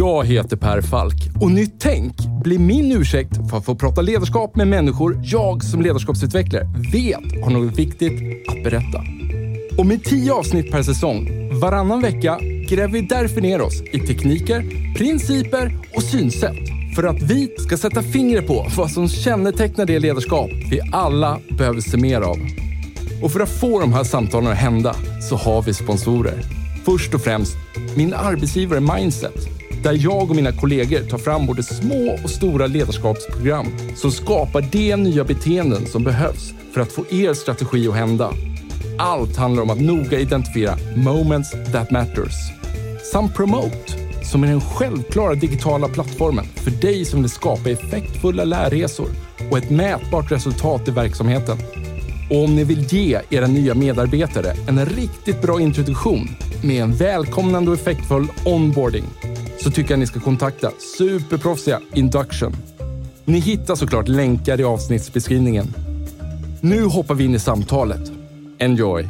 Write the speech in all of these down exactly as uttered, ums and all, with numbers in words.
Jag heter Per Falk och Nytt Tänk blir min ursäkt för att få prata ledarskap med människor jag som ledarskapsutvecklare vet har något viktigt att berätta. Och med tio avsnitt per säsong, varannan vecka, gräver vi därför ner oss i tekniker, principer och synsätt för att vi ska sätta fingret på vad som kännetecknar det ledarskap vi alla behöver se mer av. Och för att få de här samtalen att hända så har vi sponsorer. Först och främst min arbetsgivare Mindset, där jag och mina kollegor tar fram både små och stora ledarskapsprogram som skapar de nya beteenden som behövs för att få er strategi att hända. Allt handlar om att noga identifiera moments that matters. Samt Promote, som är den självklara digitala plattformen för dig som vill skapa effektfulla lärresor och ett mätbart resultat i verksamheten. Och om ni vill ge era nya medarbetare en riktigt bra introduktion med en välkomnande och effektfull onboarding, så tycker jag ni ska kontakta superproffsiga Induction. Ni hittar såklart länkar i avsnittsbeskrivningen. Nu hoppar vi in i samtalet. Enjoy!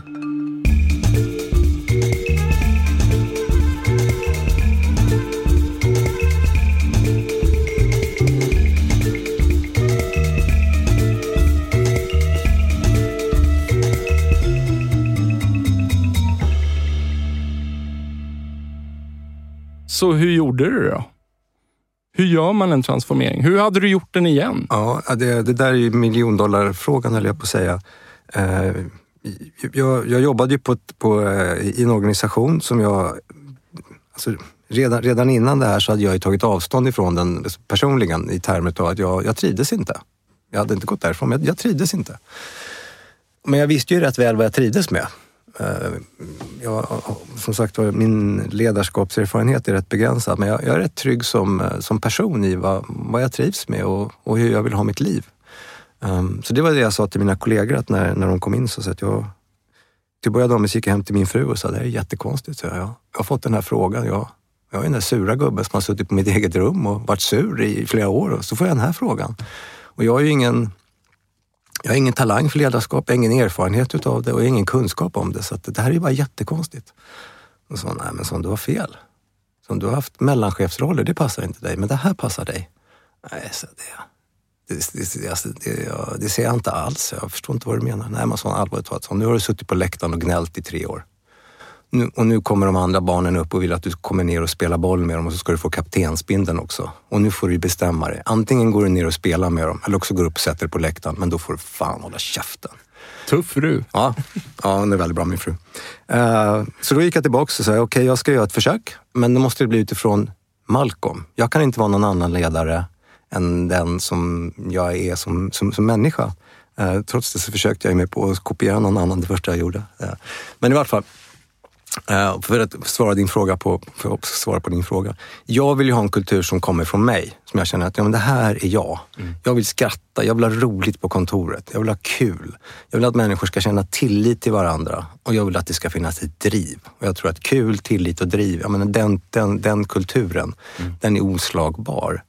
Så hur gjorde du då? Hur gör man en transformering? Hur hade du gjort den igen? Ja, det, det där är ju miljondollarfrågan, höll jag på att säga. Eh, jag, jag jobbade ju på, på, i en organisation som jag... Alltså, redan, redan innan det här så hade jag ju tagit avstånd ifrån den personligen i termer av att jag, jag trivdes inte. Jag hade inte gått därifrån, men jag, jag trivdes inte. Men jag visste ju rätt väl vad jag trivdes med. Jag, som sagt, min ledarskapserfarenhet är rätt begränsad, men jag, jag är rätt trygg som, som person i vad, vad jag trivs med och, och hur jag vill ha mitt liv. Um, så det var det jag sa till mina kollegor att när, när de kom in så, så att jag till började de gick hem till min fru och sa det är jättekonstigt. Så jag, jag har fått den här frågan. Jag, jag är den där sura gubben som har suttit på mitt eget rum och varit sur i flera år och så får jag den här frågan. Och jag är ju ingen Jag har ingen talang för ledarskap, jag har ingen erfarenhet utav det och jag har ingen kunskap om det. Så att det här är ju bara jättekonstigt. Och så, nej men så, du har fel. Så, du har haft mellanchefsroller, det passar inte dig. Men det här passar dig. Nej, så det, det, det, alltså, det, ja, det ser jag inte alls. Jag förstår inte vad du menar. Nej, men så allvarligt talat. Så, nu har du suttit på läktaren och gnällt i tre år. Nu, och nu kommer de andra barnen upp och vill att du kommer ner och spela boll med dem och så ska du få kaptensbindeln också. Och nu får du bestämma dig. Antingen går du ner och spelar med dem eller också går du upp och sätter dig på läktaren. Men då får du fan hålla käften. Tuff fru. Ja, ja, hon är väldigt bra min fru. Uh, så då gick jag tillbaka och sa okej, okay, jag ska göra ett försök. Men det måste bli utifrån Malcolm. Jag kan inte vara någon annan ledare än den som jag är som, som, som människa. Uh, trots det så försökte jag mig på att kopiera någon annan det första jag gjorde. Uh, men i alla fall. Uh, för att svara din fråga på för att svara på din fråga. Jag vill ju ha en kultur som kommer från mig, som jag känner att ja, men det här är jag. Mm. Jag vill skratta, jag vill ha roligt på kontoret, jag vill ha kul. Jag vill att människor ska känna tillit till varandra och jag vill att det ska finnas ett driv. Och jag tror att kul, tillit och driv, jag menar, den, den, den kulturen, mm. den är oslagbar.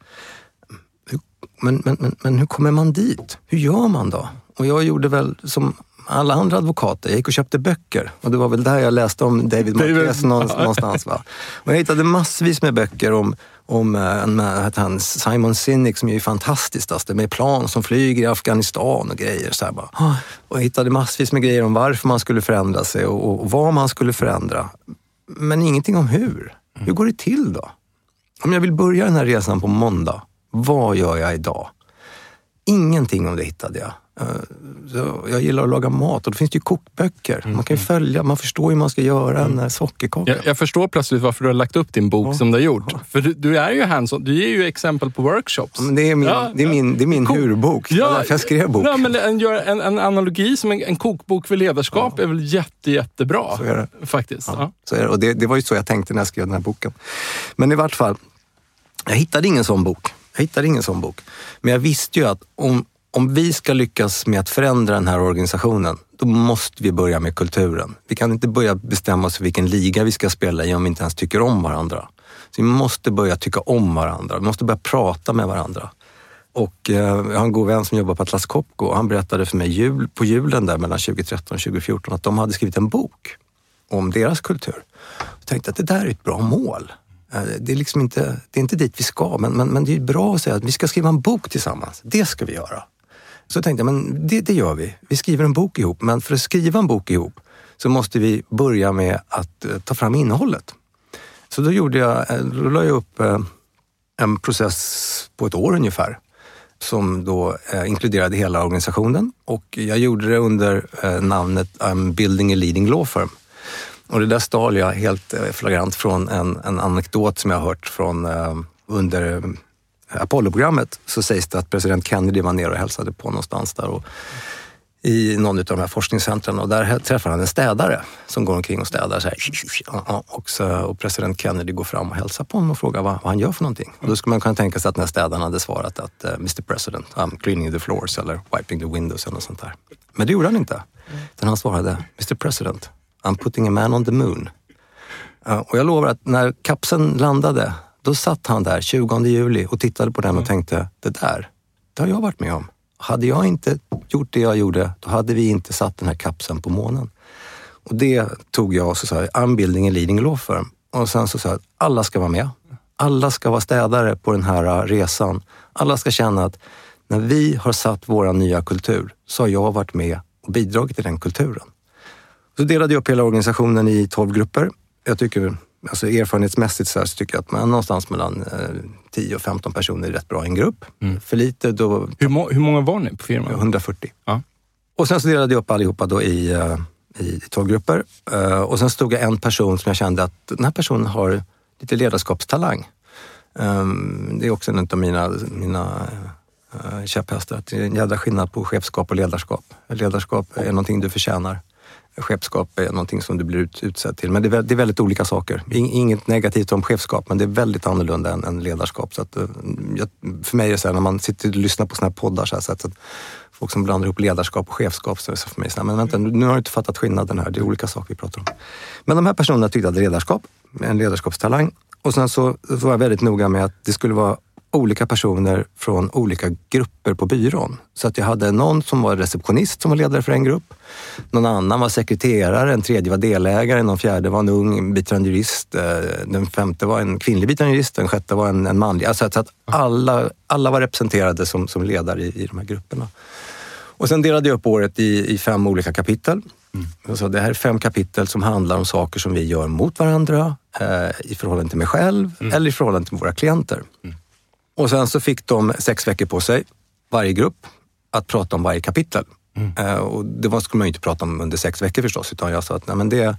Men, men, men, men hur kommer man dit? Hur gör man då? Och jag gjorde väl som alla andra advokater. Jag gick och köpte böcker. Och det var väl där jag läste om David Marquez någonstans. Va? Och jag hittade massvis med böcker om, om äh, han, Simon Sinek som är ju fantastiskt. Alltså, med plan som flyger i Afghanistan och grejer. Så här, bara. Och jag hittade massvis med grejer om varför man skulle förändra sig och, och vad man skulle förändra. Men ingenting om hur. Hur går det till då? Om jag vill börja den här resan på måndag, vad gör jag idag? Ingenting om det hittade jag. Så jag gillar att laga mat och det finns ju kokböcker. Mm. Man kan ju följa, man förstår hur man ska göra en sockerkaka. Jag, jag förstår plötsligt varför du har lagt upp din bok ja. som du har gjort. Ja. För du, du är ju hands-on, du ger ju exempel på workshops. Ja, men det är min, ja, det är min, det är min hurbok. Ja, jag skrev bok. Ja, men en, en, en analogi som en, en kokbok för ledarskap ja. är väl jätte, jättebra. Så är det. Faktiskt. Ja, ja. Så är det. Och det, det var ju så jag tänkte när jag skrev den här boken. Men i vart fall, jag hittade ingen sån bok. Jag hittade ingen sån bok. Men jag visste ju att om Om vi ska lyckas med att förändra den här organisationen, då måste vi börja med kulturen. Vi kan inte börja bestämma oss för vilken liga vi ska spela i om vi inte ens tycker om varandra. Så vi måste börja tycka om varandra. Vi måste börja prata med varandra. Och eh, jag har en god vän som jobbar på Atlas Copco och han berättade för mig jul, på julen där mellan tjugohundratretton och tjugofjorton att de hade skrivit en bok om deras kultur. Jag tänkte att det där är ett bra mål. Det är liksom inte, det är inte dit vi ska, men, men, men det är bra att säga att vi ska skriva en bok tillsammans. Det ska vi göra. Så tänkte jag, men det, det gör vi. Vi skriver en bok ihop, men för att skriva en bok ihop så måste vi börja med att ta fram innehållet. Så då gjorde jag, då la jag upp en process på ett år ungefär som då inkluderade hela organisationen, och jag gjorde det under namnet I'm building a leading law firm. Och det där stal jag helt flagrant från en, en anekdot som jag har hört från eh, under Apollo-programmet. Så sägs det att president Kennedy var ner och hälsade på någonstans där och, i någon av de här forskningscentren, och där träffar han en städare som går omkring och städar så här. Och, så, och president Kennedy går fram och hälsar på honom och frågar vad, vad han gör för någonting. Och då skulle man kunna tänka sig att den här städaren hade svarat att uh, mister President, I'm cleaning the floors eller wiping the windows eller något sånt där. Men det gjorde han inte. Utan han svarade, mister President, I'm putting a man on the moon. Uh, och jag lovar att när kapseln landade, då satt han där tjugonde juli och tittade på den och tänkte, det där, det har jag varit med om. Hade jag inte gjort det jag gjorde, då hade vi inte satt den här kapseln på månen. Och det tog jag och så sa jag, I'm building a leading law firm. Och sen så sa jag att alla ska vara med. Alla ska vara städare på den här resan. Alla ska känna att när vi har satt vår nya kultur så har jag varit med och bidragit till den kulturen. Så delade jag upp hela organisationen i tolv grupper. Jag tycker, alltså erfarenhetsmässigt så, här, så tycker jag att man någonstans mellan eh, tio och femton personer är rätt bra i en grupp. Mm. För lite då... Hur, må- hur många var ni på firman? hundrafyrtio. Ja. Och sen så delade jag upp allihopa då i, uh, i tolv grupper. Uh, och sen stod jag en person som jag kände att den här personen har lite ledarskapstalang. Um, det är också en av mina, mina uh, käpphästar. Att det är en jävla skillnad på chefskap och ledarskap. Ledarskap är någonting du förtjänar. Chefskap är någonting som du blir ut, utsedd till. Men det är, det är väldigt olika saker. Inget negativt om chefskap, men det är väldigt annorlunda än, än ledarskap. Så att, jag, för mig är det så här, när man sitter och lyssnar på såna här poddar så, här, så att folk som blandar ihop ledarskap och chefskap, så är det så för mig så här, men vänta, nu har du inte fattat skillnaden här. Det är olika saker vi pratar om. Men de här personerna tyckte att ledarskap, en ledarskapstalang. Och sen så, så var jag väldigt noga med att det skulle vara olika personer från olika grupper på byrån. Så att jag hade någon som var receptionist som var ledare för en grupp. Någon annan var sekreterare, en tredje var delägare, någon fjärde var en ung biträdande jurist, den femte var en kvinnlig biträdande jurist, den sjätte var en, en manlig. Alltså att alla, alla var representerade som, som ledare i, i de här grupperna. Och sen delade jag upp året i, i fem olika kapitel. Mm. Så det här är fem kapitel som handlar om saker som vi gör mot varandra, eh, i förhållande till mig själv mm. eller i förhållande till våra klienter. Mm. Och sen så fick de sex veckor på sig, varje grupp, att prata om varje kapitel. Mm. Uh, och det var, skulle man ju inte prata om under sex veckor förstås, utan jag sa att nej, men det,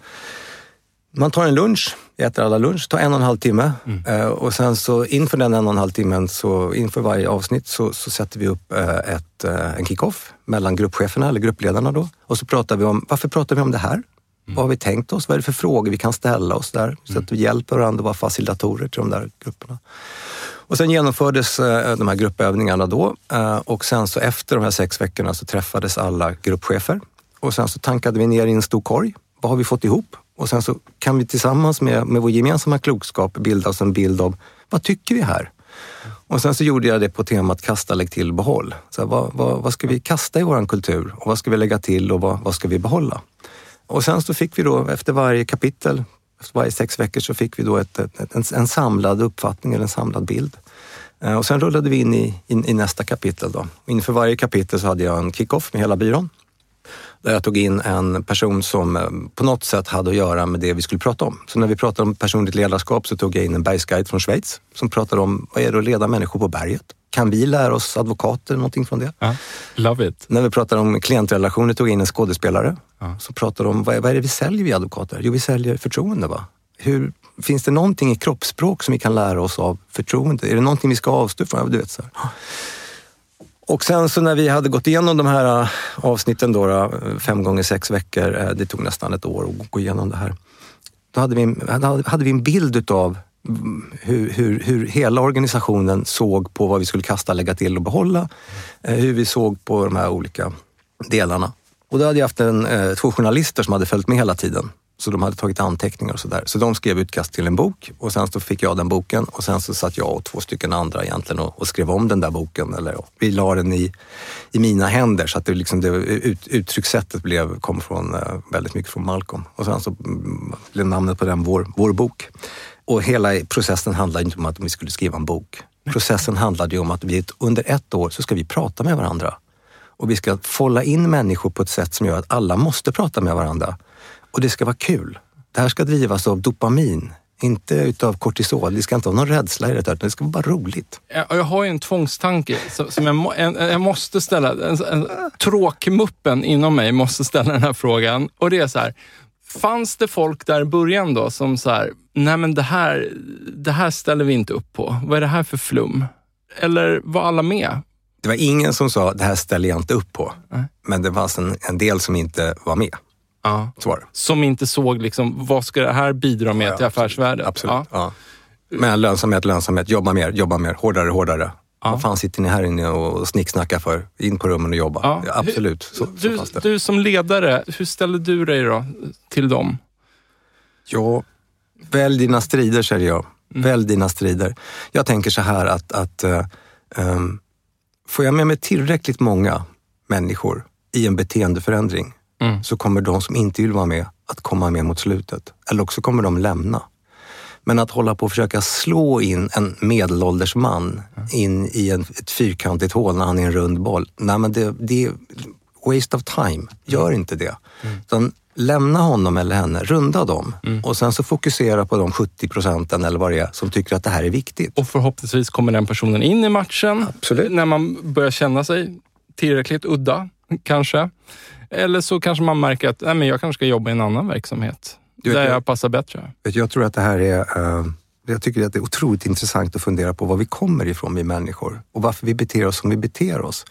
man tar en lunch, äter alla lunch, tar en och en halv timme. Mm. Uh, och sen så inför den en och en halv timmen, så inför varje avsnitt så, så sätter vi upp uh, ett, uh, en kick-off mellan gruppcheferna eller gruppledarna då. Och så pratar vi om, varför pratar vi om det här? Mm. Vad har vi tänkt oss? Vad är det för frågor vi kan ställa oss där? Så mm. att vi hjälper varandra att vara facilitatorer till de där grupperna. Och sen genomfördes uh, de här gruppövningarna då, uh, och sen så efter de här sex veckorna så träffades alla gruppchefer. Och sen så tankade vi ner i en stor korg. Vad har vi fått ihop? Och sen så kan vi tillsammans med, med vår gemensamma klokskap bilda oss en bild av vad tycker vi här? Och sen så gjorde jag det på temat kasta, lägg till, behåll. Så vad, vad, vad ska vi kasta i våran kultur? Och vad ska vi lägga till och vad, vad ska vi behålla? Och sen så fick vi då efter varje kapitel, efter varje sex veckor så fick vi då ett, ett, en, en samlad uppfattning eller en samlad bild. Och sen rullade vi in i, in, i nästa kapitel då. Och inför varje kapitel så hade jag en kick-off med hela byrån. Där jag tog in en person som på något sätt hade att göra med det vi skulle prata om. Så när vi pratade om personligt ledarskap så tog jag in en bergsguide från Schweiz som pratade om vad är det att leda människor på berget. Kan vi lära oss advokater någonting från det? Ja, love it. När vi pratade om klientrelationer tog jag in en skådespelare ja. som pratade om vad är, vad är det vi säljer vi advokater? Jo, vi säljer förtroende va? Hur, finns det någonting i kroppsspråk som vi kan lära oss av förtroende? Är det någonting vi ska avstå från? Du vet, så här. Och sen så när vi hade gått igenom de här avsnitten då, då, fem gånger sex veckor, det tog nästan ett år att gå igenom det här. Då hade vi, hade vi en bild utav hur, hur, hur hela organisationen såg på vad vi skulle kasta, lägga till och behålla. Hur vi såg på de här olika delarna. Och då hade jag haft en, två journalister som hade följt med hela tiden. Så de hade tagit anteckningar och sådär. Så de skrev utkast till en bok och sen så fick jag den boken och sen så satt jag och två stycken andra egentligen och, och skrev om den där boken. Eller vi la den i, i mina händer så att det, liksom, det ut, uttryckssättet blev, kom från, väldigt mycket från Malcolm. Och sen så blev namnet på den vår, vår bok. Och hela processen handlade inte om att vi skulle skriva en bok. Processen handlade ju om att vi under ett år så ska vi prata med varandra. Och vi ska fålla in människor på ett sätt som gör att alla måste prata med varandra. Och det ska vara kul. Det här ska drivas av dopamin, inte utav kortisol. Det ska inte ha någon rädsla i det här, det ska vara roligt. Jag, jag har ju en tvångstanke som jag, må, en, jag måste ställa. En, en, tråkmuppen inom mig måste ställa den här frågan. Och det är så här, fanns det folk där i början då som så här, nej men det här, det här ställer vi inte upp på. Vad är det här för flum? Eller var alla med? Det var ingen som sa, det här ställer jag inte upp på. Nej. Men det var en, en del som inte var med. Ja. Så var det. Som inte såg liksom, vad ska det här bidra med Ja, till affärsvärdet? Absolut, ja. Ja. Men lönsamhet, lönsamhet, jobba mer, jobba mer, hårdare, hårdare. Ja. Vad fan sitter ni här inne och snicksnackar för? In på rummen och jobba. Ja. Ja, absolut. Så, du, så du som ledare, hur ställer du dig då till dem? Ja, välj dina strider, säger jag. Mm. Välj dina strider. Jag tänker så här att, att uh, um, får jag med mig tillräckligt många människor i en beteendeförändring mm. så kommer de som inte vill vara med att komma med mot slutet. Eller också kommer de lämna. Men att hålla på och försöka slå in en medelålders man mm. in i en, ett fyrkantigt hål när han är en rund boll. Nej, men det, det är waste of time. Gör mm. inte det. Mm. Utan lämna honom eller henne, runda dem mm. och sen så fokusera på de sjuttio procenten eller vad det är som tycker att det här är viktigt. Och förhoppningsvis kommer den personen in i matchen. Absolut. När man börjar känna sig tillräckligt udda, kanske. Eller så kanske man märker att nej, men jag kanske ska jobba i en annan verksamhet. Du vet, där jag, jag passar bättre. Vet, jag tror att det här är... Uh, jag tycker att det är otroligt intressant att fundera på var vi kommer ifrån, vi människor. Och varför vi beter oss som vi beter oss.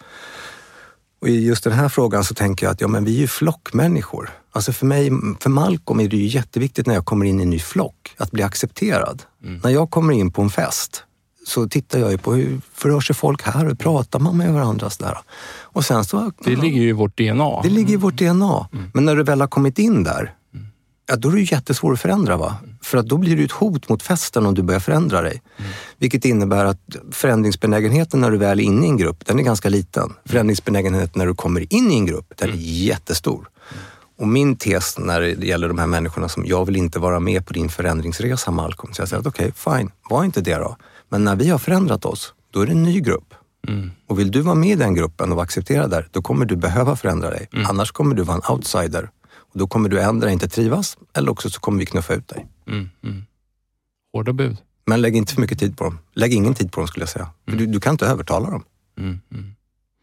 Och i just den här frågan så tänker jag att ja, men vi är ju flockmänniskor. Alltså för mig, för Malcolm är det ju jätteviktigt när jag kommer in i en ny flock att bli accepterad. Mm. När jag kommer in på en fest så tittar jag ju på hur förrör sig folk här och pratar man med varandra sådär. Och sen så... Det ligger ju i vårt D N A. Det ligger i vårt D N A. Mm. Men när du väl har kommit in där, mm. ja, då är det ju jättesvårt att förändra, va? Mm. För att då blir det ett hot mot festen om du börjar förändra dig. Mm. Vilket innebär att förändringsbenägenheten när du väl är inne i en grupp, den är ganska liten. Mm. Förändringsbenägenheten när du kommer in i en grupp, den är mm. jättestor. Mm. Och min tes när det gäller de här människorna som jag vill inte vara med på din förändringsresa, Malcolm. Så jag säger att okej, okay, fine, var inte det då. Men när vi har förändrat oss, då är det en ny grupp. Mm. Och vill du vara med i den gruppen och vara accepterad där, då kommer du behöva förändra dig. Mm. Annars kommer du vara en outsider. Och då kommer du ändra inte trivas, eller också så kommer vi knuffa ut dig. Mm. Mm. Hårda bud. Men lägg inte för mycket tid på dem. Lägg ingen tid på dem, skulle jag säga. Mm. Du, du kan inte övertala dem. Mm. Mm.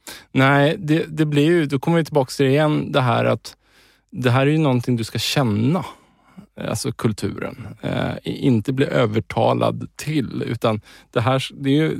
Nej, det, det blir ju, då kommer vi tillbaka till det igen, det här att det här är ju någonting du ska känna. Alltså kulturen. Eh, inte bli övertalad till. Utan det här, det är ju,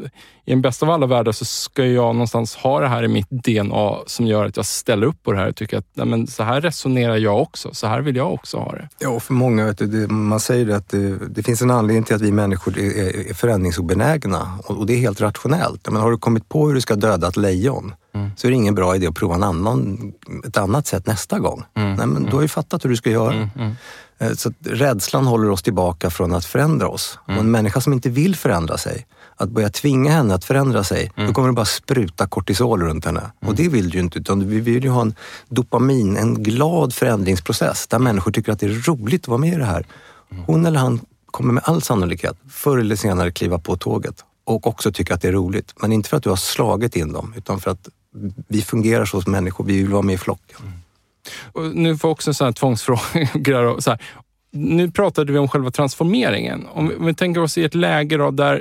i en bästa av alla världar så ska jag någonstans ha det här i mitt D N A som gör att jag ställer upp på det här och tycker att nej, men så här resonerar jag också. Så här vill jag också ha det. Ja, för många, vet du, det, man säger att det, det finns en anledning till att vi människor är, är förändringsobenägna. Och, och det är helt rationellt. Men har du kommit på hur du ska döda ett lejon mm. så är det ingen bra idé att prova en annan, ett annat sätt nästa gång. Mm. Nej, men mm. du har ju fattat hur du ska göra. Mm. Mm. Så att rädslan håller oss tillbaka från att förändra oss. Mm. Och en människa som inte vill förändra sig, att börja tvinga henne att förändra sig, mm. då kommer det bara spruta kortisol runt henne. Mm. Och det vill du ju inte, utan vi vill ju ha en dopamin, en glad förändringsprocess där människor tycker att det är roligt att vara med i det här. Mm. Hon eller han kommer med all sannolikhet förr eller senare kliva på tåget och också tycka att det är roligt. Men inte för att du har slagit in dem, utan för att vi fungerar så som människor, vi vill vara med i flocken. Mm. Och nu får också en sån här tvångsfråga. Så här. Nu pratade vi om själva transformeringen. Om vi, om vi tänker oss i ett läge då, där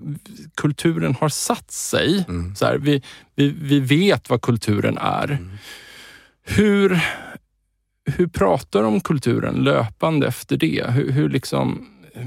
kulturen har satt sig. Mm. Så här, vi, vi, vi vet vad kulturen är. Mm. Hur, hur pratar om kulturen löpande efter det? Hur, hur, liksom,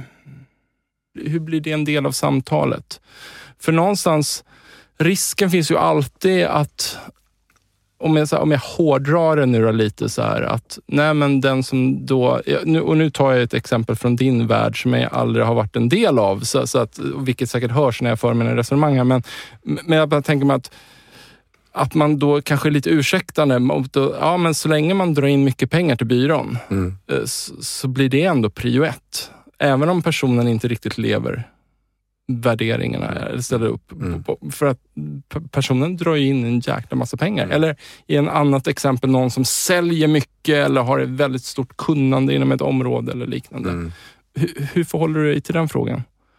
hur blir det en del av samtalet? För någonstans, risken finns ju alltid att Om jag, om jag hårdrar det nu då lite så här att nej men den som då, och nu tar jag ett exempel från din värld som jag aldrig har varit en del av, så, så att, vilket säkert hörs när jag för mina resonemang här, men, men jag bara tänker mig att att man då kanske är lite ursäktande mot, ja men så länge man drar in mycket pengar till byrån mm. så, så blir det ändå prio ett. Även om personen inte riktigt lever värderingarna eller ställer upp mm. på, för att personen drar in en jäkla massa pengar. Mm. Eller i en annat exempel någon som säljer mycket eller har ett väldigt stort kunnande inom ett område eller liknande. Mm. Hur, hur förhåller du dig till den frågan?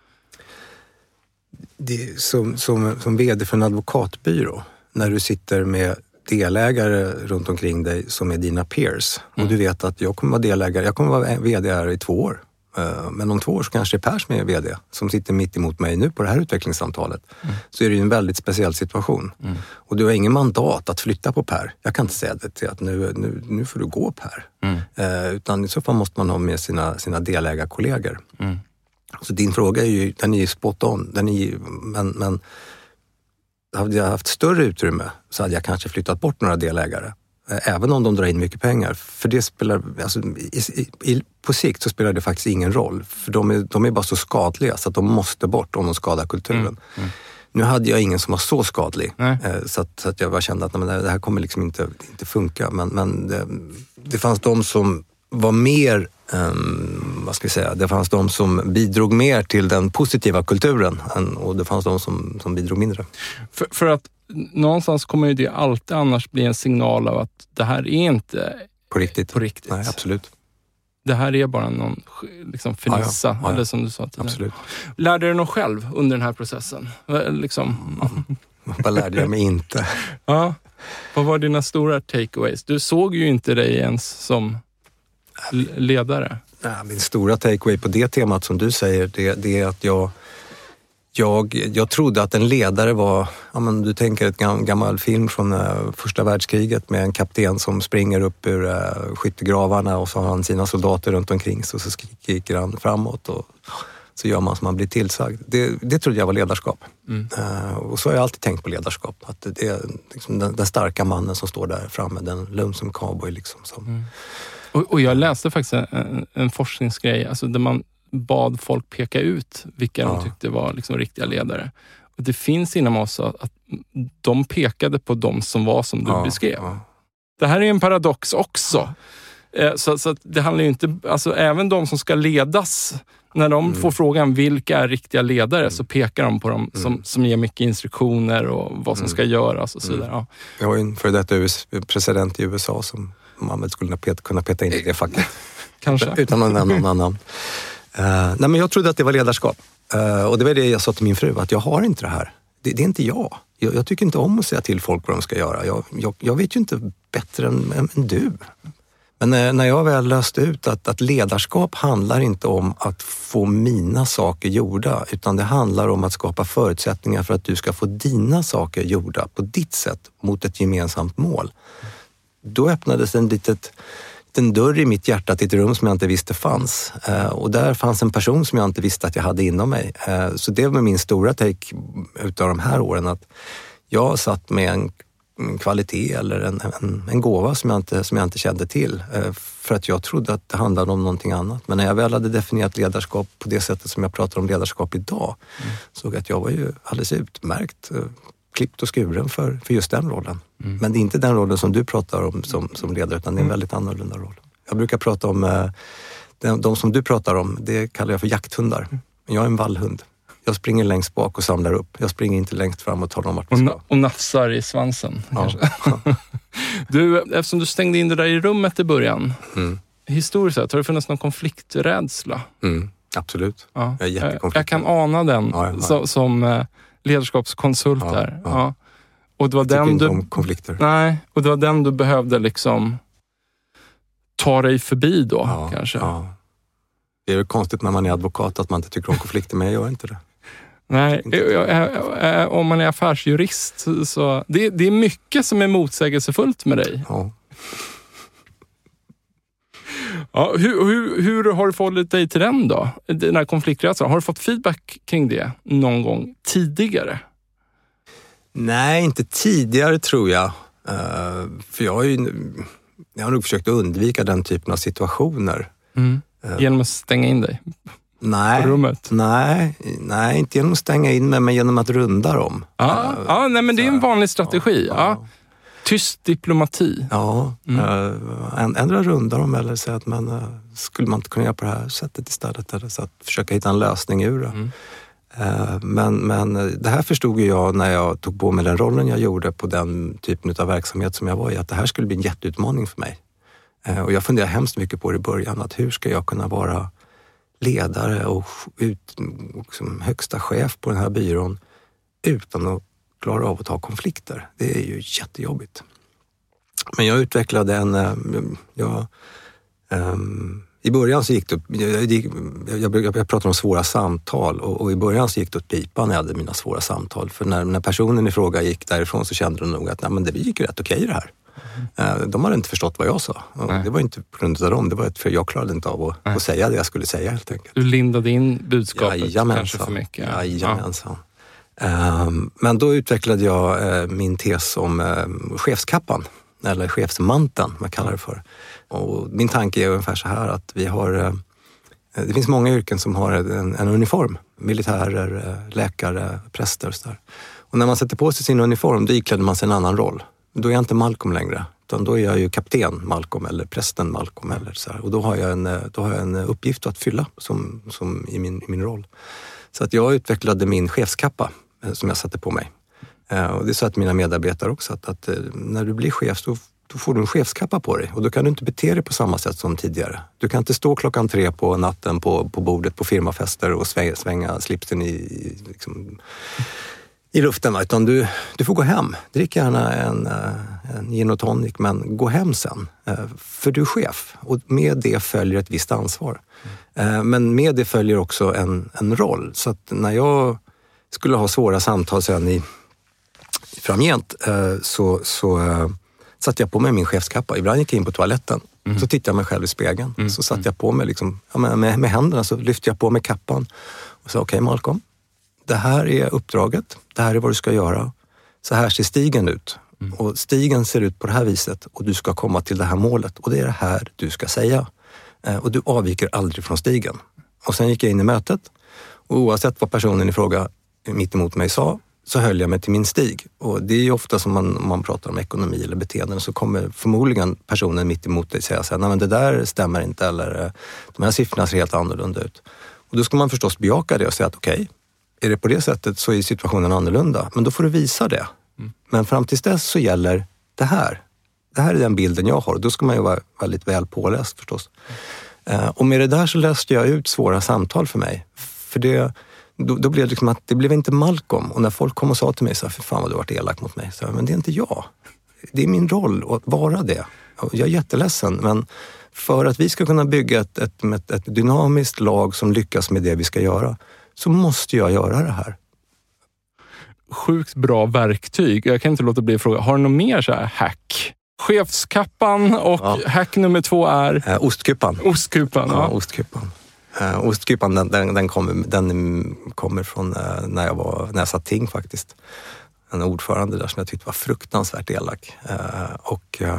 Det, som, som, som vd för en advokatbyrå, när du sitter med delägare runt omkring dig som är dina peers. Mm. Och du vet att jag kommer vara delägare, jag kommer vara vd här i två år. Men om två år så kanske det är Per som är vd som sitter mitt emot mig nu på det här utvecklingssamtalet. Mm. Så är det ju en väldigt speciell situation. Mm. Och du har ingen mandat att flytta på Per. Jag kan inte säga det till att nu, nu, nu får du gå Per. Mm. Eh, utan i så fall måste man ha med sina, sina delägarkollegor. Mm. Så din fråga är ju, den är ju spot on. Den är ju, men, men hade jag haft större utrymme så hade jag kanske flyttat bort några delägare. Även om de drar in mycket pengar. För det spelar, alltså, i, i, på sikt så spelar det faktiskt ingen roll. För de är, de är bara så skadliga så att de måste bort om de skadar kulturen. Mm. Mm. Nu hade jag ingen som var så skadlig. Eh, så, att, så att jag bara kände att nej, det här kommer liksom inte, inte funka. Men, men det, det fanns de som var mer, um, vad ska vi säga, det fanns de som bidrog mer till den positiva kulturen. Än, och det fanns de som, som bidrog mindre. För, för att någonstans kommer ju det alltid annars bli en signal av att det här är inte på riktigt. På riktigt. Nej, absolut. Det här är bara någon liksom fernissa, ja, ja. Ja, ja. Eller som du sa tidigare. Absolut. Lärde du dig något själv under den här processen? Liksom. Mm. Vad lärde jag mig inte? Ja. Vad var dina stora takeaways? Du såg ju inte dig ens som ledare. Ja, min stora takeaway på det temat som du säger, det, det är att jag Jag, jag trodde att en ledare var, ja men du tänker ett gam, gammal film från uh, första världskriget med en kapten som springer upp ur uh, skyttegravarna och så har han sina soldater runt omkring sig och så skriker han framåt och så gör man som man blir tillsagd. Det, det trodde jag var ledarskap. Mm. Uh, och så har jag alltid tänkt på ledarskap. Att det är liksom den, den starka mannen som står där framme, den lugn som cowboy liksom. Som. Mm. Och, och jag läste faktiskt en, en forskningsgrej, alltså där man bad folk peka ut vilka ja. de tyckte var liksom riktiga ledare. Och det finns inom oss att de pekade på de som var som du ja, beskrev. Ja. Det här är en paradox också. Ja. Så, så att det handlar ju inte, alltså även de som ska ledas, när de mm. får frågan vilka är riktiga ledare mm. så pekar de på dem som, mm. som ger mycket instruktioner och vad som mm. ska göras och så vidare. Ja. Jag har ju en före detta president i U S A som man väl skulle kunna peta in i det facket. Kanske. Utan att nämna någon annan. Uh, nej men jag trodde att det var ledarskap. Uh, och det var det jag sa till min fru, att jag har inte det här. Det, det är inte jag. jag. Jag tycker inte om att säga till folk vad de ska göra. Jag, jag, jag vet ju inte bättre än, än, än du. Men när, när jag väl löste ut att, att ledarskap handlar inte om att få mina saker gjorda, utan det handlar om att skapa förutsättningar för att du ska få dina saker gjorda på ditt sätt mot ett gemensamt mål. Då öppnades en litet... en dörr i mitt hjärta till ett rum som jag inte visste fanns. Eh, och där fanns en person som jag inte visste att jag hade inom mig. Eh, så det var min stora take utav de här åren, att jag satt med en, en kvalitet eller en, en, en gåva som jag inte, som jag inte kände till. Eh, för att jag trodde att det handlade om någonting annat. Men när jag väl hade definierat ledarskap på det sättet som jag pratar om ledarskap idag, mm. såg jag att jag var ju alldeles utmärkt eh, klippt och skuren för, för just den rollen. Mm. Men det är inte den rollen som du pratar om som, som ledare, utan det är en väldigt annorlunda roll. Jag brukar prata om, eh, de, de som du pratar om, det kallar jag för jakthundar. Jag är en vallhund. Jag springer längst bak och samlar upp. Jag springer inte längst fram och talar om vart vi ska. Och, och nafsar i svansen. Ja. Du, eftersom du stängde in det där i rummet i början, mm. historiskt sett, har det funnits någon konflikträdsla? Mm, absolut. Ja. Jag är jättekonflikträdd. Jag kan ana den ja, ja. som... som ledarskapskonsult ja, där. Ja. Ja. Och det var jag den du om konflikter. Nej, och det var den du behövde liksom ta dig förbi då ja, kanske. Ja. Det är ju konstigt när man är advokat att man inte tycker om konflikter, men jag gör inte det. Nej, inte. Om man är affärsjurist så det, det är mycket som är motsägelsefullt med dig. Ja. Ja, hur, hur, hur har du förhållit dig till den då? Den här konflikträdslan. Har du fått feedback kring det någon gång tidigare? Nej, inte tidigare tror jag. Uh, för jag har ju jag har nog försökt undvika den typen av situationer. Mm. Uh, genom att stänga in dig nej, på rummet? Nej, nej, inte genom att stänga in mig, men genom att runda dem. Ja, uh, ja nej, men det är en vanlig strategi. Ja, ja. Tyst diplomati. Ja, mm. uh, ändra runda dem eller säga att man, uh, skulle man inte kunna göra på det här sättet istället. Eller så att försöka hitta en lösning ur det. Mm. Uh, men, men det här förstod jag när jag tog på mig den rollen jag gjorde på den typen av verksamhet som jag var i. Att det här skulle bli en jätteutmaning för mig. Uh, och jag funderade hemskt mycket på det i början. Att hur ska jag kunna vara ledare och, ut, och som högsta chef på den här byrån utan att klara av att ta konflikter. Det är ju jättejobbigt. Men jag utvecklade en... Jag, um, I början så gick det... Jag, jag, jag, jag pratar om svåra samtal och, och i början så gick det åt pipan när jag hade mina svåra samtal. För när, när personen i fråga gick därifrån så kände de nog att nej, men det gick ju rätt okej okay det här. Mm. De hade inte förstått vad jag sa. Och det var inte på grund av dem, det var för jag klarade inte av att, att säga det jag skulle säga helt enkelt. Du lindade in budskapet Jajamensan. Kanske för mycket. Jajamensan. Ja. Um, men då utvecklade jag uh, min tes om uh, chefskappan, eller chefsmanteln, man kallar det för. Och min tanke är ungefär så här att vi har, uh, det finns många yrken som har en, en uniform. Militärer, uh, läkare, präster och så där. Och när man sätter på sig sin uniform, då ikläder man sig en annan roll. Då är jag inte Malcolm längre, utan då är jag ju kapten Malcolm eller prästen Malcolm. Eller så här. Och då har, jag en, då har jag en uppgift att fylla som, som i, min, i min roll. Så att jag utvecklade min chefskappa som jag satte på mig. Och det sa att mina medarbetare också, att, att när du blir chef då, då får du en chefskappa på dig. Och då kan du inte bete dig på samma sätt som tidigare. Du kan inte stå klockan tre på natten på, på bordet på firmafester och svänga, svänga slipsen i... i liksom, i luften, utan du, du får gå hem. Drick gärna en, en gin och tonic, men gå hem sen. För du är chef och med det följer ett visst ansvar. Mm. Men med det följer också en, en roll. Så att när jag skulle ha svåra samtal sen i framgent så, så satte jag på mig min chefskappa. Ibland gick jag in på toaletten. Mm. Så tittade jag mig själv i spegeln. Mm. Så satte jag på mig liksom, ja, med, med händerna så lyfte jag på mig kappan och sa okej, okay, Malcolm. Det här är uppdraget, det här är vad du ska göra. Så här ser stigen ut. Mm. Och stigen ser ut på det här viset och du ska komma till det här målet. Och det är det här du ska säga. Eh, och du avviker aldrig från stigen. Och sen gick jag in i mötet och oavsett vad personen i fråga mitt emot mig sa så höll jag mig till min stig. Och det är ju ofta som man, om man pratar om ekonomi eller beteenden så kommer förmodligen personen mitt emot dig säga så här, nej men det där stämmer inte eller de här siffrorna ser helt annorlunda ut. Och då ska man förstås bejaka det och säga att okej, okay, är det på det sättet så är situationen annorlunda. Men då får du visa det. Mm. Men fram tills dess så gäller det här. Det här är den bilden jag har. Då ska man ju vara väldigt väl påläst förstås. Mm. Uh, och med det där så löste jag ut svåra samtal för mig. För det, då, då blev det liksom att det blev inte Malcolm. Och när folk kom och sa till mig så här, för fan vad du har varit elak mot mig. Så här, men det är inte jag. Det är min roll att vara det. Och jag är jätteledsen men för att vi ska kunna bygga ett, ett, ett, ett dynamiskt lag som lyckas med det vi ska göra så måste jag göra det här. Sjukt bra verktyg. Jag kan inte låta bli att fråga, har du något mer så här hack? Chefskappan och ja. Hack nummer två är? Eh, ostkupan. Ostkupan, ja. ja ostkupan. Eh, ostkupan, den, den, den, kommer, den kommer från eh, när, jag var, när jag satt ting faktiskt. En ordförande där som jag tyckte var fruktansvärt elak. Eh, och eh,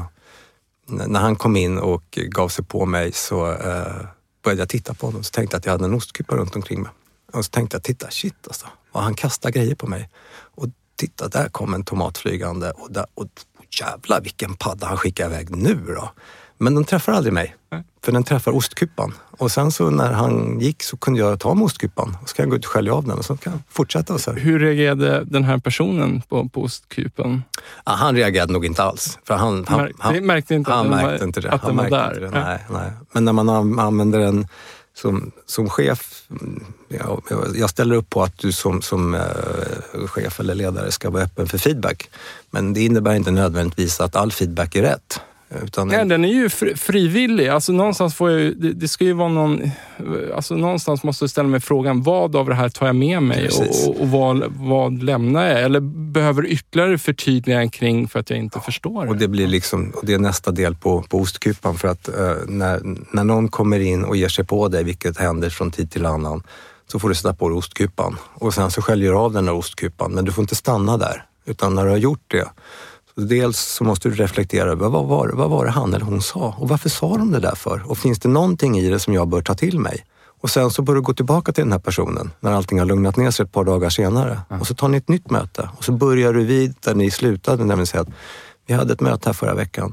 när han kom in och gav sig på mig så eh, började jag titta på honom. Så tänkte jag att jag hade en ostkupa runt omkring mig. Och så tänkte jag, titta, shit alltså. Och han kastade grejer på mig. Och titta, där kom en tomatflygande. Och, där, och, och jävlar vilken padda han skickade iväg nu då. Men den träffar aldrig mig. Mm. För den träffar ostkupan. Och sen så när han gick så kunde jag ta med ostkupan. Och så kan jag gå ut och skölja av den och så kan jag fortsätta. Så. Hur reagerade den här personen på, på ostkupan? Ja, han reagerade nog inte alls. För han, han, Märk, han, märkte inte han att märkte var, inte det. Att han den märkte var där. Inte det. Nej, nej. Men när man använder den som, som chef, ja, jag ställer upp på att du som, som uh, chef eller ledare ska vara öppen för feedback. Men det innebär inte nödvändigtvis att all feedback är rätt. Utan... Nej, den är ju frivillig. Alltså någonstans får jag ju, det, det ska ju vara någon, alltså någonstans måste jag ställa mig frågan, vad av det här tar jag med mig och, och, och vad, vad lämnar jag? Eller behöver ytterligare förtydliga kring för att jag inte ja, förstår det? Och det blir liksom, och det är nästa del på, på ostkupan för att uh, när, när någon kommer in och ger sig på dig, vilket händer från tid till annan, så får du sätta på dig ostkupan. Och sen så sköljer du av den där ostkupan, men du får inte stanna där. Utan när du har gjort det, dels så måste du reflektera över vad var, vad var det han eller hon sa och varför sa de det där för? Och finns det någonting i det som jag bör ta till mig? Och sen så bör du gå tillbaka till den här personen när allting har lugnat ner sig ett par dagar senare. Mm. Och så tar ni ett nytt möte och så börjar du vid där ni slutade, nämligen säga att vi hade ett möte här förra veckan.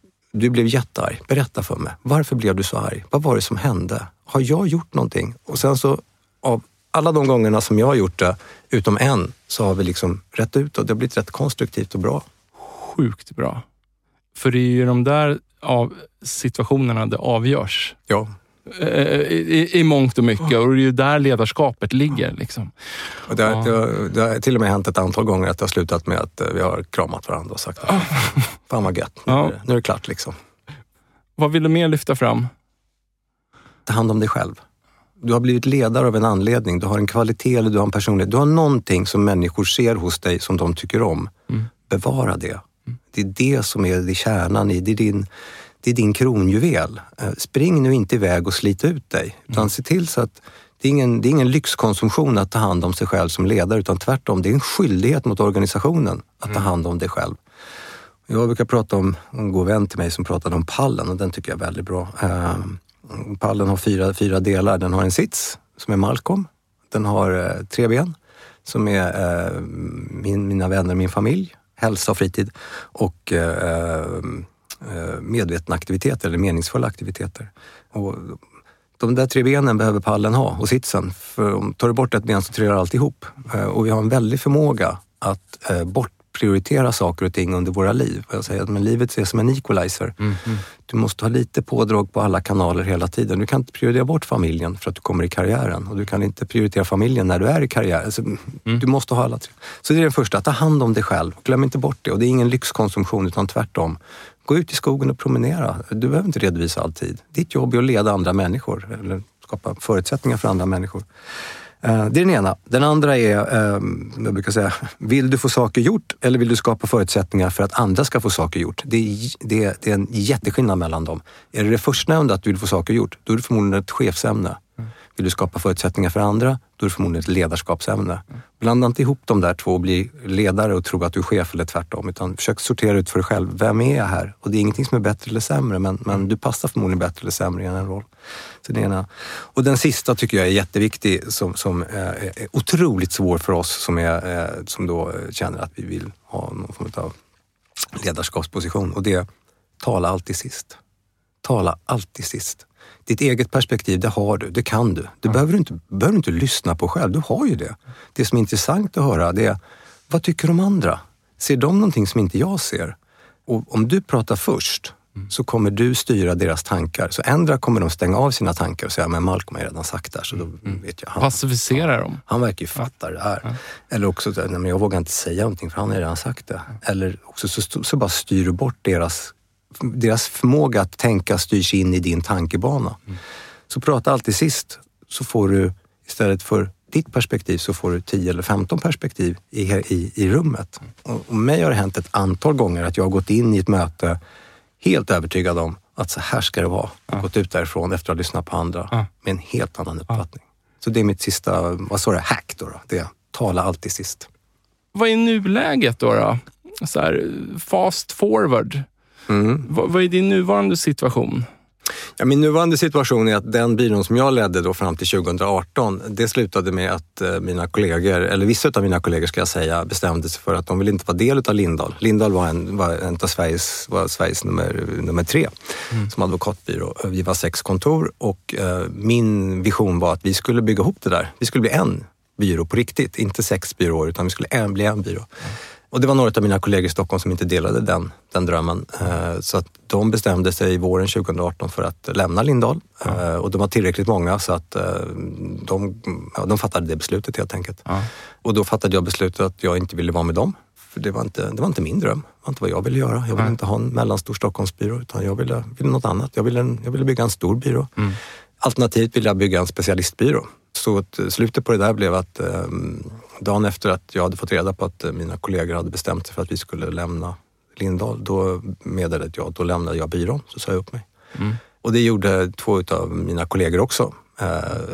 Du blev jättearg. Berätta för mig. Varför blev du så arg? Vad var det som hände? Har jag gjort någonting? Och sen så av alla de gångerna som jag har gjort det, utom en, så har vi liksom rätt ut och det har blivit rätt konstruktivt och bra. Sjukt bra. För det är ju de där av situationerna det avgörs. Ja. I, i mångt och mycket. Och det är ju där ledarskapet ligger. Liksom. Och det, har, ja. det, det har till och med hänt ett antal gånger att det har slutat med att vi har kramat varandra och sagt att fan vad gött, nu, ja. nu är det klart liksom. Vad vill du mer lyfta fram? Ta hand om dig själv. Du har blivit ledare av en anledning. Du har en kvalitet eller du har en personlighet. Du har någonting som människor ser hos dig som de tycker om. Mm. Bevara det. Mm. Det är det som är det kärnan i. Det är din, det är din kronjuvel. Spring nu inte iväg och slita ut dig. Utan mm. se till så att det är, ingen, det är ingen lyxkonsumtion att ta hand om sig själv som ledare. Utan tvärtom, det är en skyldighet mot organisationen att mm. ta hand om dig själv. Jag brukar prata om en god vän till mig som pratade om pallen och den tycker jag är väldigt bra. Pallen har fyra, fyra delar. Den har en sits som är Malcolm. Den har eh, tre ben som är eh, min, mina vänner, min familj, hälsa och fritid och eh, eh, medvetna aktiviteter eller meningsfulla aktiviteter. Och de där tre benen behöver pallen ha och sitsen. För om tar du bort ett ben så trillar allt ihop. Eh, och vi har en väldig förmåga att eh, bort prioritera saker och ting under våra liv. Jag säger att men livet är som en equalizer. Mm, mm. Du måste ha lite pådrag på alla kanaler hela tiden. Du kan inte prioritera bort familjen för att du kommer i karriären. Och du kan inte prioritera familjen när du är i karriären. Alltså, mm. Du måste ha alla tre. Så det är den första, ta hand om dig själv. Glöm inte bort det. Och det är ingen lyxkonsumtion utan tvärtom. Gå ut i skogen och promenera. Du behöver inte redovisa alltid. Ditt jobb är att leda andra människor. Eller skapa förutsättningar för andra människor. Det är den ena. Den andra är, jag brukar säga, vill du få saker gjort eller vill du skapa förutsättningar för att andra ska få saker gjort? Det är, det är, det är en jätteskillnad mellan dem. Är det det förstnämnda att du vill få saker gjort, då är det förmodligen ett chefsämne. Mm. Vill du skapa förutsättningar för andra, då är det förmodligen ett ledarskapsämne. Mm. Blanda inte ihop de där två och bli ledare och tro att du är chef eller tvärtom. Utan försök sortera ut för dig själv, vem är jag här? Och det är ingenting som är bättre eller sämre, men, men du passar förmodligen bättre eller sämre i en roll. Så det ena. Och den sista tycker jag är jätteviktig, som, som är otroligt svår för oss som, är, som då känner att vi vill ha någon form av ledarskapsposition. Och det är, tala alltid sist. Tala alltid sist. Ditt eget perspektiv, det har du, det kan du. Det mm. behöver, du inte, behöver du inte lyssna på själv, du har ju det. Det som är intressant att höra, det är, vad tycker de andra? Ser de någonting som inte jag ser? Och om du pratar först, mm. så kommer du styra deras tankar. Så ändra kommer de stänga av sina tankar och säga, men Malcolm har redan sagt det här, så då mm. vet jag. Han, passivisera han, dem. Han verkar ju fatta det här. Mm. Eller också, nej, men jag vågar inte säga någonting för han har redan sagt det. Mm. Eller också så, så bara styr du bort deras deras förmåga att tänka styrs in i din tankebana. Mm. Så prata alltid sist, så får du istället för ditt perspektiv så får du tio eller femton perspektiv i, i, i rummet. Mm. Och, och mig har det hänt ett antal gånger att jag har gått in i ett möte helt övertygad om att så här ska det vara. Och mm. gått ut därifrån efter att ha lyssnat på andra mm. med en helt annan uppfattning. Mm. Så det är mitt sista, vad sa det, hack då, då? Det är tala alltid sist. Vad är nuläget då? då? Så här, fast forward. Mm. Vad, vad är din nuvarande situation? Ja, min nuvarande situation är att den byrån som jag ledde då fram till tjugo arton, det slutade med att mina kollegor, eller vissa av mina kollegor ska jag säga, bestämde sig för att de ville inte vara del av Lindahl. Lindahl var en, var en av Sveriges, var Sveriges nummer, nummer tre mm. som advokatbyrå. Vi var sex kontor och eh, min vision var att vi skulle bygga ihop det där. Vi skulle bli en byrå på riktigt, inte sex byråer utan vi skulle en, bli en byrå. Mm. Och det var några av mina kollegor i Stockholm som inte delade den, den drömmen. Så att de bestämde sig i våren tjugo arton för att lämna Lindahl. Ja. Och de var tillräckligt många så att de, ja, de fattade det beslutet helt enkelt. Ja. Och då fattade jag beslutet att jag inte ville vara med dem. För det var inte, det var inte min dröm. Det var inte vad jag ville göra. Jag ville ja. inte ha en mellanstor Stockholmsbyrå utan jag ville, ville något annat. Jag ville, en, jag ville bygga en stor byrå. Mm. Alternativt ville jag bygga en specialistbyrå. Så att slutet på det där blev att um, dagen efter att jag hade fått reda på att mina kollegor hade bestämt sig för att vi skulle lämna Lindahl, då meddelade jag, då lämnade jag byrån, så sa jag upp mig. Mm. Och det gjorde två av mina kollegor också. Uh,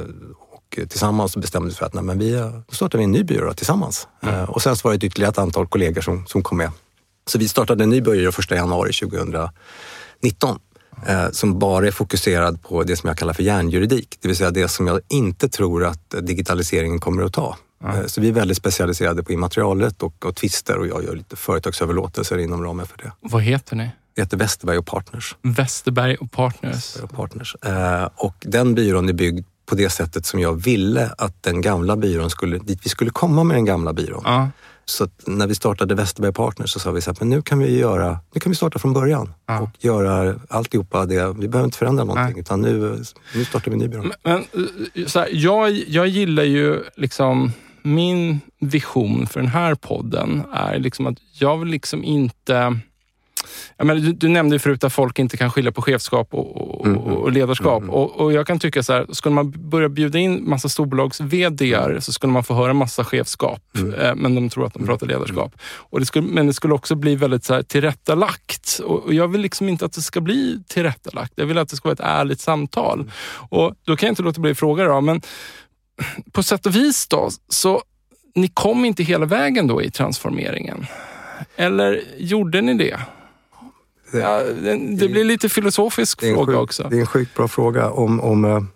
och tillsammans bestämde vi för att nej, men vi, då startade vi en ny byrå tillsammans. Mm. Uh, och sen så var det ytterligare ett antal kollegor som, som kom med. Så vi startade en ny byrå första januari tjugonitton. Eh, som bara är fokuserad på det som jag kallar för järnjuridik. Det vill säga det som jag inte tror att digitaliseringen kommer att ta. Mm. Eh, så vi är väldigt specialiserade på immaterialrätt och, och twister och jag gör lite företagsöverlåtelser inom ramen för det. Vad heter ni? Det heter Westerberg och Partners. Westerberg och Partners. Westerberg och Partners. Eh, och den byrån är byggd på det sättet som jag ville att den gamla byrån skulle, dit vi skulle komma med den gamla byrån. Mm. Så att när vi startade Westerberg Partners så sa vi så här, men nu kan vi göra, nu kan vi starta från början ja. och göra alltihopa det. Vi behöver inte förändra någonting Nej. utan nu, nu startar vi en ny byrå. Men, men så här, jag, jag gillar ju liksom, min vision för den här podden är liksom att jag vill liksom inte... Jag menar, du, du nämnde ju förut att folk inte kan skilja på chefskap och, och, mm. och ledarskap. Mm. Och, och jag kan tycka så här, skulle man börja bjuda in massa storbolags vd:ar mm. så skulle man få höra massa chefskap. Mm. Eh, men de tror att de pratar ledarskap. Mm. Och det skulle, men det skulle också bli väldigt så här, tillrättalagt. Och, och jag vill liksom inte att det ska bli tillrättalagt. Jag vill att det ska vara ett ärligt samtal. Mm. Och då kan jag inte låta bli fråga då, men på sätt och vis då, så ni kom inte hela vägen då i transformeringen. Eller gjorde ni det? Det, ja, det, det blir lite filosofisk fråga sjuk, också. Det är en sjukt bra fråga. Om, om, äh,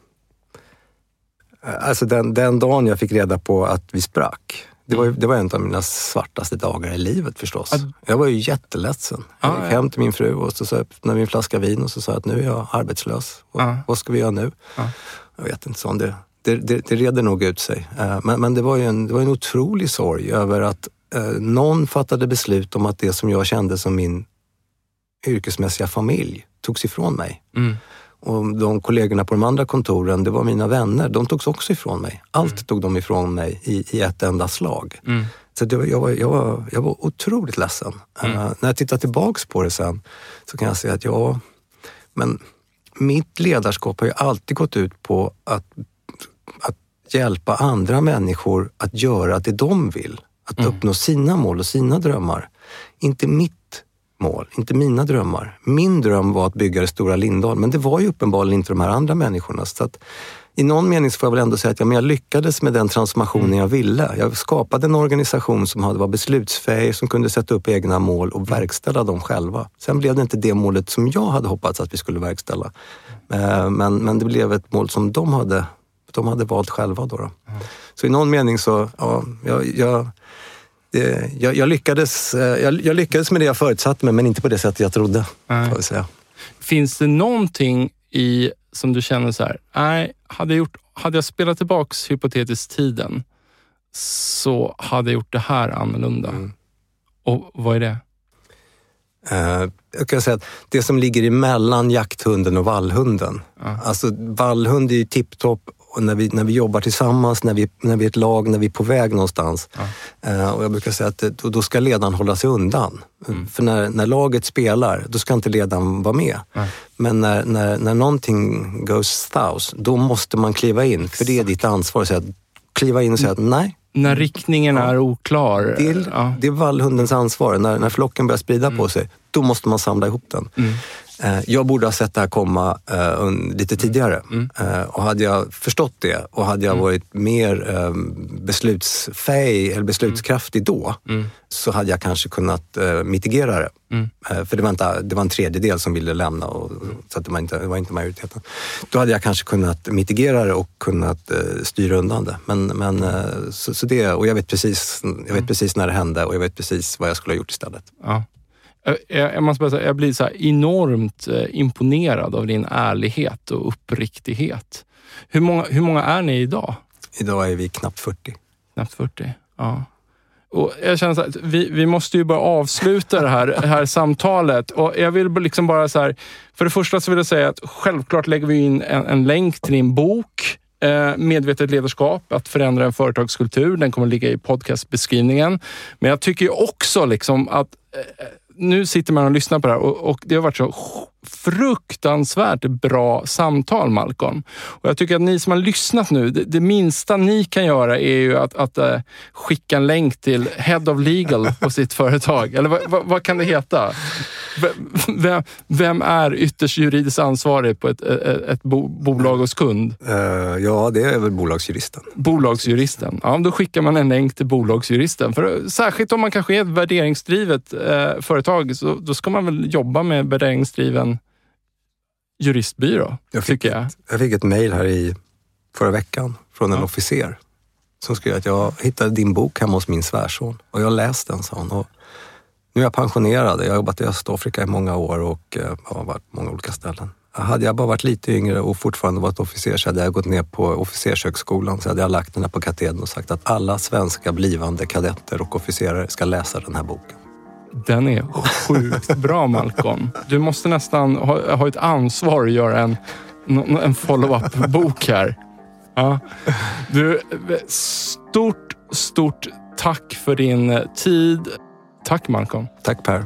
alltså den, den dagen jag fick reda på att vi sprack, det var, det var en av mina svartaste dagar i livet förstås. Att, jag var ju jätteledsen. Jag gick ah, hem till min fru och så, så öppnade vi en flaska vin och så sa jag att nu är jag arbetslös. Och, ah. Vad ska vi göra nu? Ah. Jag vet inte, så det, det, det, det reder nog ut sig. Uh, men men det, var ju en, det var en otrolig sorg över att uh, någon fattade beslut om att det som jag kände som min yrkesmässiga familj togs ifrån mig. Mm. Och de kollegorna på de andra kontoren, det var mina vänner, de togs också ifrån mig. Allt mm. tog de ifrån mig i, i ett enda slag. Mm. Så det var, jag, var, jag, var, jag var otroligt ledsen. Mm. Uh, när jag tittar tillbaks på det sen så kan jag säga att ja, men mitt ledarskap har ju alltid gått ut på att, att hjälpa andra människor att göra det de vill. Att mm. uppnå sina mål och sina drömmar. Inte mitt mål, inte mina drömmar. Min dröm var att bygga det stora Lindahl, men det var ju uppenbarligen inte de här andra människorna. Så att i någon mening får jag väl ändå säga att ja, men jag lyckades med den transformationen mm. jag ville. Jag skapade en organisation som hade var beslutsfähig, som kunde sätta upp egna mål och verkställa dem själva. Sen blev det inte det målet som jag hade hoppats att vi skulle verkställa. Men, men det blev ett mål som de hade, de hade valt själva då. då. Mm. Så i någon mening så, ja, jag... jag Det, jag, jag, lyckades, jag, jag lyckades med det jag förutsatte mig, men inte på det sättet jag trodde. Får jag säga. Finns det någonting i som du känner så här, nej, hade jag, gjort, hade jag spelat tillbaks hypotetiskt tiden så hade jag gjort det här annorlunda? Mm. Och vad är det? Uh, jag kan säga att det som ligger emellan jakthunden och vallhunden. Uh. Alltså vallhund är ju tipptopp. Och när vi, när vi jobbar tillsammans, när vi, när vi är ett lag, när vi är på väg någonstans. Ja. Uh, och jag brukar säga att då, då ska ledaren hålla sig undan. Mm. För när, när laget spelar, då ska inte ledaren vara med. Ja. Men när, när, när någonting goes south, då måste man kliva in. För det är ditt ansvar att säga, kliva in och säga att nej. När riktningen ja. är oklar. Det är, ja. det är vallhundens ansvar. När, när flocken börjar sprida mm. på sig, då måste man samla ihop den. Mm. Jag borde ha sett det här komma uh, lite tidigare. Mm. Uh, och hade jag förstått det och hade jag mm. varit mer uh, beslutsfähig eller beslutskraftig då mm. så hade jag kanske kunnat uh, mitigera det. Mm. Uh, för det var, inte, det var en tredjedel som ville lämna och, så att det, var inte, det var inte majoriteten. Då hade jag kanske kunnat mitigera det och kunnat uh, styra undan det. Men, men, uh, så, så det, och jag vet, precis, jag vet mm. precis när det hände och jag vet precis vad jag skulle ha gjort istället. Ja. Jag, jag måste bara säga, jag blir så här enormt eh, imponerad av din ärlighet och uppriktighet. Hur många, hur många är ni idag? Idag är vi knappt fyrtio. Knappt fyrtio, ja. Och jag känner så här, vi, vi måste ju bara avsluta det här, det här samtalet. Och jag vill liksom bara så här, för det första så vill jag säga att självklart lägger vi in en, en länk till din bok. Eh, medvetet ledarskap, att förändra en företagskultur. Den kommer att ligga i podcastbeskrivningen. Men jag tycker ju också liksom att eh, nu sitter man och lyssnar på det här och, och det har varit så fruktansvärt bra samtal, Malcolm. Och jag tycker att ni som har lyssnat nu, det, det minsta ni kan göra är ju att, att uh, skicka en länk till Head of Legal på sitt företag. Eller vad, vad, vad kan det heta? Vem, vem är ytterst juridiskt ansvarig på ett, ett, ett bo, bolag hos kund? Uh, ja, det är väl bolagsjuristen. Bolagsjuristen. Ja, då skickar man en länk till bolagsjuristen. För särskilt om man kanske är ett värderingsdrivet uh, företag, så då ska man väl jobba med värderingsdriven juristbyrå, jag fick tycker jag. Ett, jag fick ett mejl här i förra veckan från en ja. officer som skrev att jag hittade din bok hemma hos min svärson och jag läste den, sa han. Och nu är jag pensionerad. Jag har jobbat i Östafrika i många år och jag har varit på många olika ställen. hade jag bara varit lite yngre och fortfarande varit officer så hade jag gått ner på officershögskolan, så hade jag lagt den här på katedern och sagt att alla svenska blivande kadetter och officerare ska läsa den här boken. Den är sjukt bra, Malcolm. Du måste nästan ha, ha ett ansvar att göra en, en follow-up-bok här. Ja. Du, stort, stort tack för din tid. Tack, Malcolm. Tack, Per.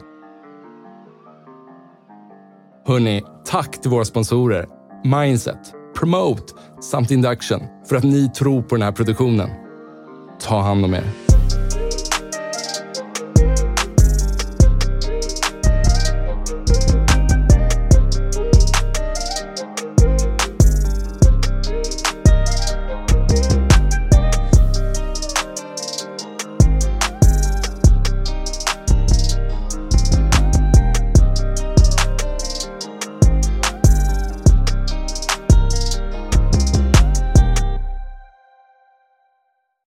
Hörrni, tack till våra sponsorer Mindset, Promote samt Induction för att ni tror på den här produktionen. Ta hand om er.